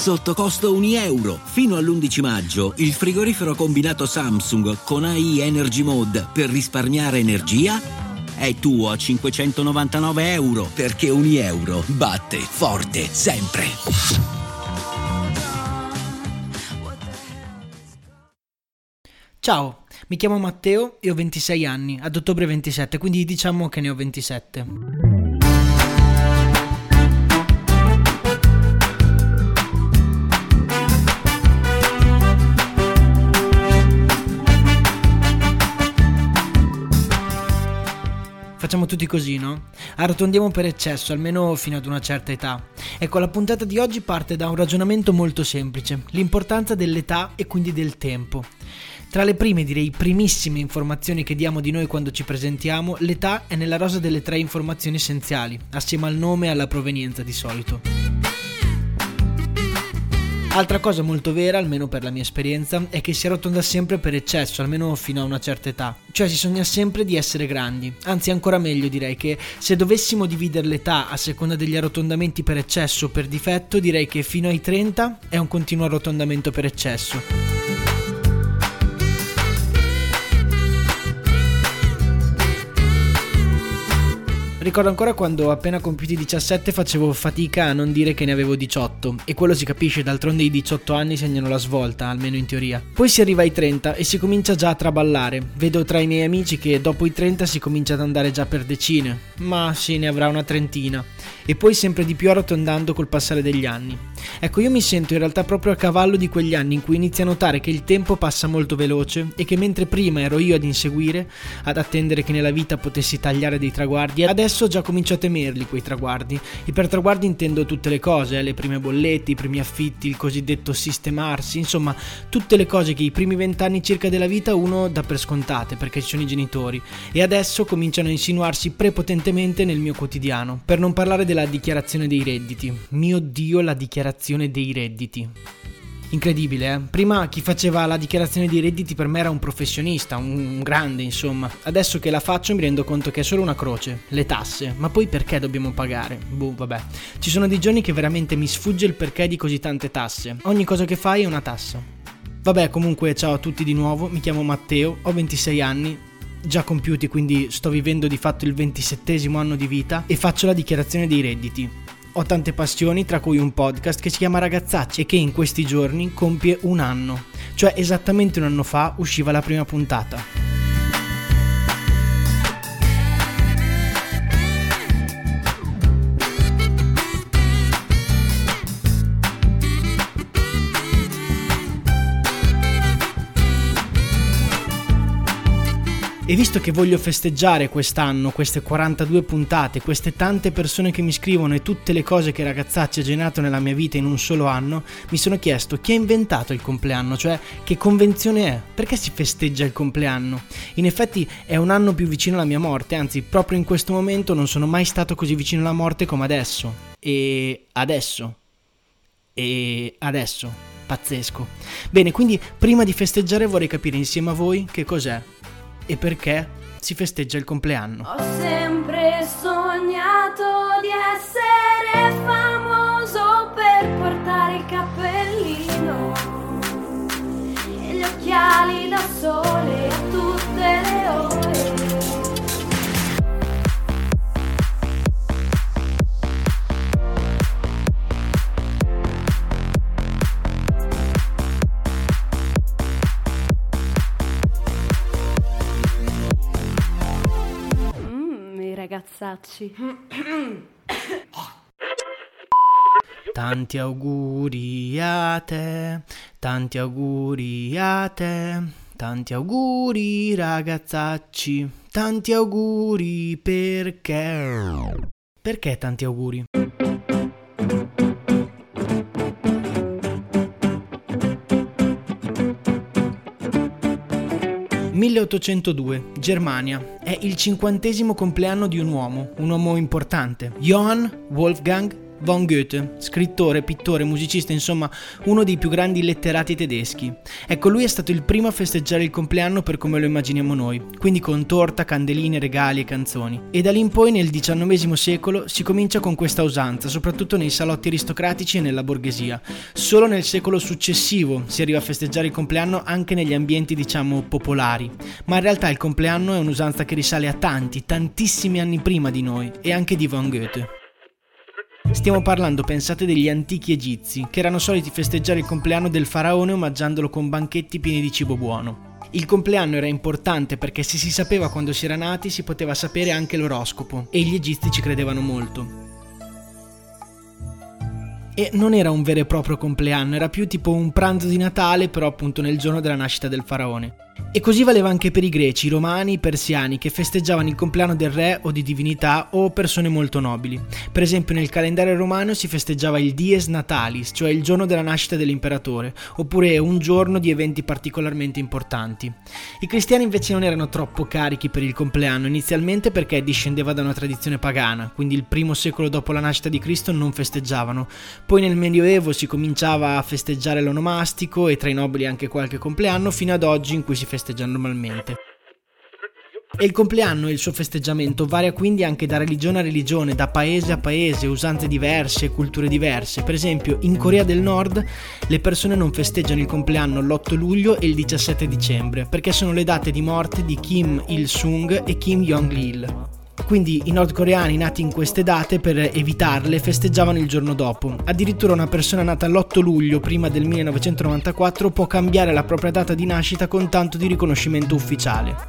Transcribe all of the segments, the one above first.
sotto costo €1. Fino all'11 maggio il frigorifero combinato Samsung con AI Energy Mode per risparmiare energia è tuo a €599, perché €1 batte forte sempre. Ciao, mi chiamo Matteo e ho 26 anni, ad ottobre 27, quindi diciamo che ne ho 27. Facciamo tutti così, no? Arrotondiamo per eccesso, almeno fino ad una certa età. Ecco, la puntata di oggi parte da un ragionamento molto semplice: l'importanza dell'età e quindi del tempo. Tra le prime, direi primissime informazioni che diamo di noi quando ci presentiamo, l'età è nella rosa delle 3 informazioni essenziali, assieme al nome e alla provenienza di solito. Altra cosa molto vera, almeno per la mia esperienza, è che si arrotonda sempre per eccesso, almeno fino a una certa età. Cioè si sogna sempre di essere grandi. Anzi, ancora meglio direi che se dovessimo dividere l'età a seconda degli arrotondamenti per eccesso o per difetto, direi che fino ai 30 è un continuo arrotondamento per eccesso. Ricordo ancora quando appena compiuti 17 facevo fatica a non dire che ne avevo 18, e quello si capisce, d'altronde i 18 anni segnano la svolta, almeno in teoria. Poi si arriva ai 30 e si comincia già a traballare. Vedo tra i miei amici che dopo i 30 si comincia ad andare già per decine, ma sì, ne avrà una trentina, e poi sempre di più arrotondando col passare degli anni. Ecco, io mi sento in realtà proprio a cavallo di quegli anni in cui inizi a notare che il tempo passa molto veloce e che mentre prima ero io ad inseguire, ad attendere che nella vita potessi tagliare dei traguardi, adesso già comincio a temerli quei traguardi. E per traguardi intendo tutte le cose, le prime bollette, i primi affitti, il cosiddetto sistemarsi, insomma tutte le cose che i primi 20 anni circa della vita uno dà per scontate perché ci sono i genitori, e adesso cominciano a insinuarsi prepotentemente nel mio quotidiano. Per non parlare della dichiarazione dei redditi. Mio Dio, la dichiarazione dei redditi. Incredibile, eh? Prima chi faceva la dichiarazione dei redditi per me era un professionista, un grande insomma. Adesso che la faccio mi rendo conto che è solo una croce, le tasse. Ma poi perché dobbiamo pagare? Vabbè. Ci sono dei giorni che veramente mi sfugge il perché di così tante tasse. Ogni cosa che fai è una tassa. Vabbè, comunque ciao a tutti di nuovo, mi chiamo Matteo, ho 26 anni, già compiuti, quindi sto vivendo di fatto il 27° anno di vita e faccio la dichiarazione dei redditi. Ho tante passioni, tra cui un podcast che si chiama Ragazzacci e che in questi giorni compie 1 anno, cioè esattamente 1 anno fa usciva la prima puntata. E visto che voglio festeggiare quest'anno, queste 42 puntate, queste tante persone che mi scrivono e tutte le cose che Ragazzacci ha generato nella mia vita in un solo anno, mi sono chiesto chi ha inventato il compleanno, cioè che convenzione è, perché si festeggia il compleanno? In effetti è 1 anno più vicino alla mia morte, anzi proprio in questo momento non sono mai stato così vicino alla morte come adesso. E adesso, pazzesco. Bene, quindi prima di festeggiare vorrei capire insieme a voi che cos'è e perché si festeggia il compleanno. Ho sempre sognato di essere famoso per portare il cappellino e gli occhiali da sole a tutte le ore. Ragazzacci. Tanti auguri a te, tanti auguri a te, tanti auguri ragazzacci, tanti auguri perché? Perché tanti auguri? 1802, Germania. È il 50° compleanno di un uomo importante, Johann Wolfgang Von Goethe, scrittore, pittore, musicista, insomma uno dei più grandi letterati tedeschi. Ecco, lui è stato il primo a festeggiare il compleanno per come lo immaginiamo noi, quindi con torta, candeline, regali e canzoni. E da lì in poi nel XIX secolo si comincia con questa usanza, soprattutto nei salotti aristocratici e nella borghesia. Solo nel secolo successivo si arriva a festeggiare il compleanno anche negli ambienti diciamo popolari, ma in realtà il compleanno è un'usanza che risale a tantissimi anni prima di noi e anche di Von Goethe. Stiamo parlando, pensate, degli antichi egizi, che erano soliti festeggiare il compleanno del faraone omaggiandolo con banchetti pieni di cibo buono. Il compleanno era importante perché se si sapeva quando si era nati si poteva sapere anche l'oroscopo e gli egizi ci credevano molto. E non era un vero e proprio compleanno, era più tipo un pranzo di Natale, però appunto nel giorno della nascita del faraone. E così valeva anche per i greci, i romani, i persiani, che festeggiavano il compleanno del re o di divinità o persone molto nobili. Per esempio nel calendario romano si festeggiava il Dies Natalis, cioè il giorno della nascita dell'imperatore, oppure un giorno di eventi particolarmente importanti. I cristiani invece non erano troppo carichi per il compleanno, inizialmente perché discendeva da una tradizione pagana, quindi il primo secolo dopo la nascita di Cristo non festeggiavano. Poi nel Medioevo si cominciava a festeggiare l'onomastico e tra i nobili anche qualche compleanno, fino ad oggi in cui si festeggia normalmente. E il compleanno e il suo festeggiamento varia quindi anche da religione a religione, da paese a paese, usanze diverse, culture diverse. Per esempio in Corea del Nord le persone non festeggiano il compleanno l'8 luglio e il 17 dicembre perché sono le date di morte di Kim Il-sung e Kim Jong-il. Quindi i nordcoreani nati in queste date, per evitarle, festeggiavano il giorno dopo. Addirittura una persona nata l'8 luglio prima del 1994 può cambiare la propria data di nascita con tanto di riconoscimento ufficiale.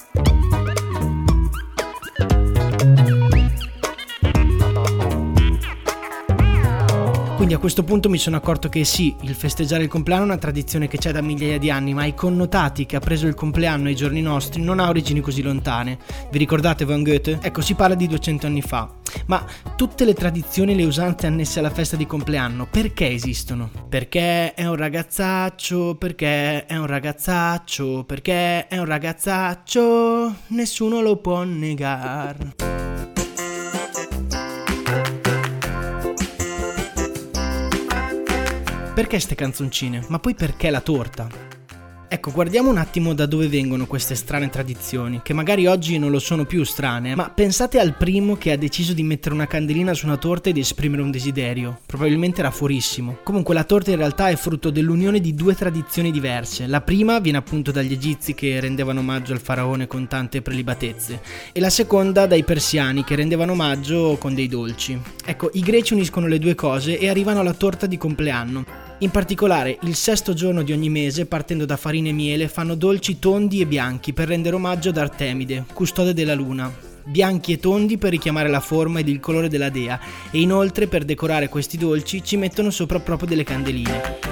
Quindi a questo punto mi sono accorto che sì, il festeggiare il compleanno è una tradizione che c'è da migliaia di anni, ma i connotati che ha preso il compleanno ai giorni nostri non ha origini così lontane. Vi ricordate Von Goethe? Ecco, si parla di 200 anni fa. Ma tutte le tradizioni e le usanze annesse alla festa di compleanno, perché esistono? Perché è un ragazzaccio, perché è un ragazzaccio, perché è un ragazzaccio, nessuno lo può negare. Perché ste canzoncine? Ma poi perché la torta? Ecco, guardiamo un attimo da dove vengono queste strane tradizioni, che magari oggi non lo sono più strane, ma pensate al primo che ha deciso di mettere una candelina su una torta ed esprimere un desiderio. Probabilmente era fuorissimo. Comunque la torta in realtà è frutto dell'unione di due tradizioni diverse. La prima viene appunto dagli egizi che rendevano omaggio al faraone con tante prelibatezze, e la seconda dai persiani che rendevano omaggio con dei dolci. Ecco, i greci uniscono le due cose e arrivano alla torta di compleanno. In particolare, il 6° giorno di ogni mese, partendo da farina e miele, fanno dolci tondi e bianchi per rendere omaggio ad Artemide, custode della luna. Bianchi e tondi per richiamare la forma ed il colore della dea, e inoltre per decorare questi dolci ci mettono sopra proprio delle candeline.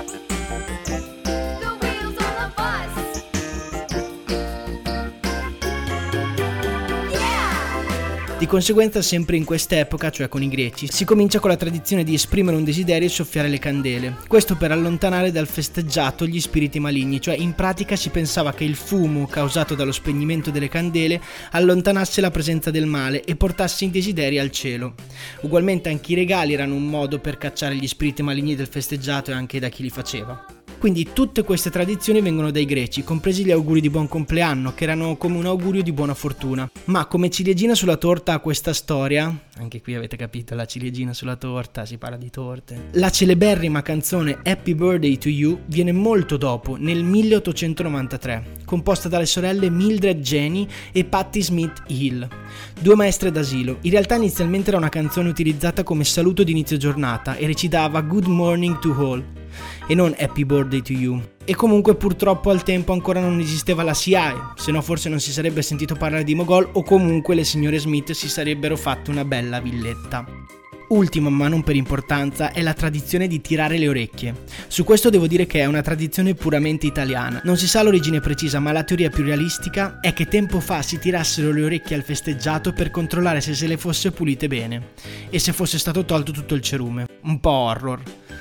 Di conseguenza, sempre in quest'epoca, cioè con i greci, si comincia con la tradizione di esprimere un desiderio e soffiare le candele. Questo per allontanare dal festeggiato gli spiriti maligni, cioè in pratica si pensava che il fumo causato dallo spegnimento delle candele allontanasse la presenza del male e portasse i desideri al cielo. Ugualmente anche i regali erano un modo per cacciare gli spiriti maligni del festeggiato e anche da chi li faceva. Quindi tutte queste tradizioni vengono dai greci, compresi gli auguri di buon compleanno, che erano come un augurio di buona fortuna. Ma come ciliegina sulla torta a questa storia, anche qui avete capito, la ciliegina sulla torta, si parla di torte, la celeberrima canzone Happy Birthday to You viene molto dopo, nel 1893, composta dalle sorelle Mildred Jenny e Patti Smith Hill, due maestre d'asilo. In realtà inizialmente era una canzone utilizzata come saluto di inizio giornata e recitava Good Morning to All, e non Happy Birthday to You. E comunque purtroppo al tempo ancora non esisteva la SIAE, se no forse non si sarebbe sentito parlare di Mogol, o comunque le signore Smith si sarebbero fatte una bella villetta. Ultima, ma non per importanza, è la tradizione di tirare le orecchie. Su questo devo dire che è una tradizione puramente italiana. Non si sa l'origine precisa, ma la teoria più realistica è che tempo fa si tirassero le orecchie al festeggiato per controllare se le fosse pulite bene e se fosse stato tolto tutto il cerume. Un po' horror.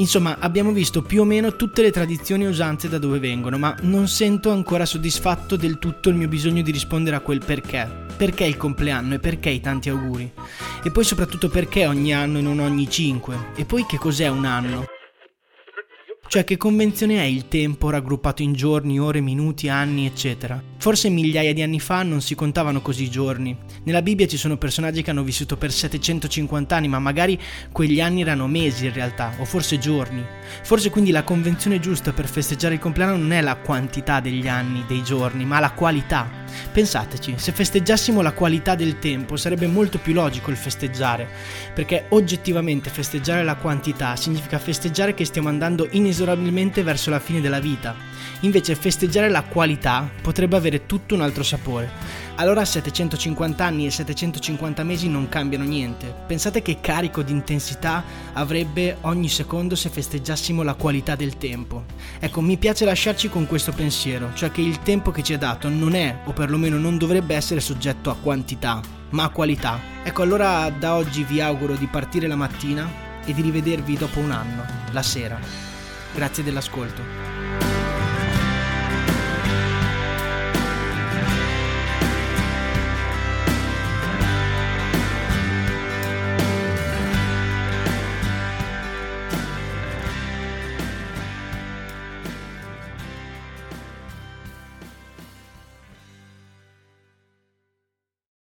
Insomma, abbiamo visto più o meno tutte le tradizioni e usanze da dove vengono, ma non sento ancora soddisfatto del tutto il mio bisogno di rispondere a quel perché. Perché il compleanno e perché i tanti auguri? E poi soprattutto perché ogni anno e non ogni 5? E poi che cos'è un anno? Cioè, che convenzione è il tempo raggruppato in giorni, ore, minuti, anni, eccetera? Forse migliaia di anni fa non si contavano così i giorni. Nella Bibbia ci sono personaggi che hanno vissuto per 750 anni, ma magari quegli anni erano mesi in realtà, o forse giorni. Forse quindi la convenzione giusta per festeggiare il compleanno non è la quantità degli anni, dei giorni, ma la qualità. Pensateci, se festeggiassimo la qualità del tempo sarebbe molto più logico il festeggiare, perché oggettivamente festeggiare la quantità significa festeggiare che stiamo andando inesorabilmente verso la fine della vita. Invece festeggiare la qualità potrebbe avere tutto un altro sapore. Allora 750 anni e 750 mesi non cambiano niente. Pensate che carico di intensità avrebbe ogni secondo se festeggiassimo la qualità del tempo. Ecco, mi piace lasciarci con questo pensiero, cioè che il tempo che ci è dato non è, o perlomeno non dovrebbe essere soggetto a quantità, ma a qualità. Ecco, allora da oggi vi auguro di partire la mattina e di rivedervi dopo un anno, la sera. Grazie dell'ascolto.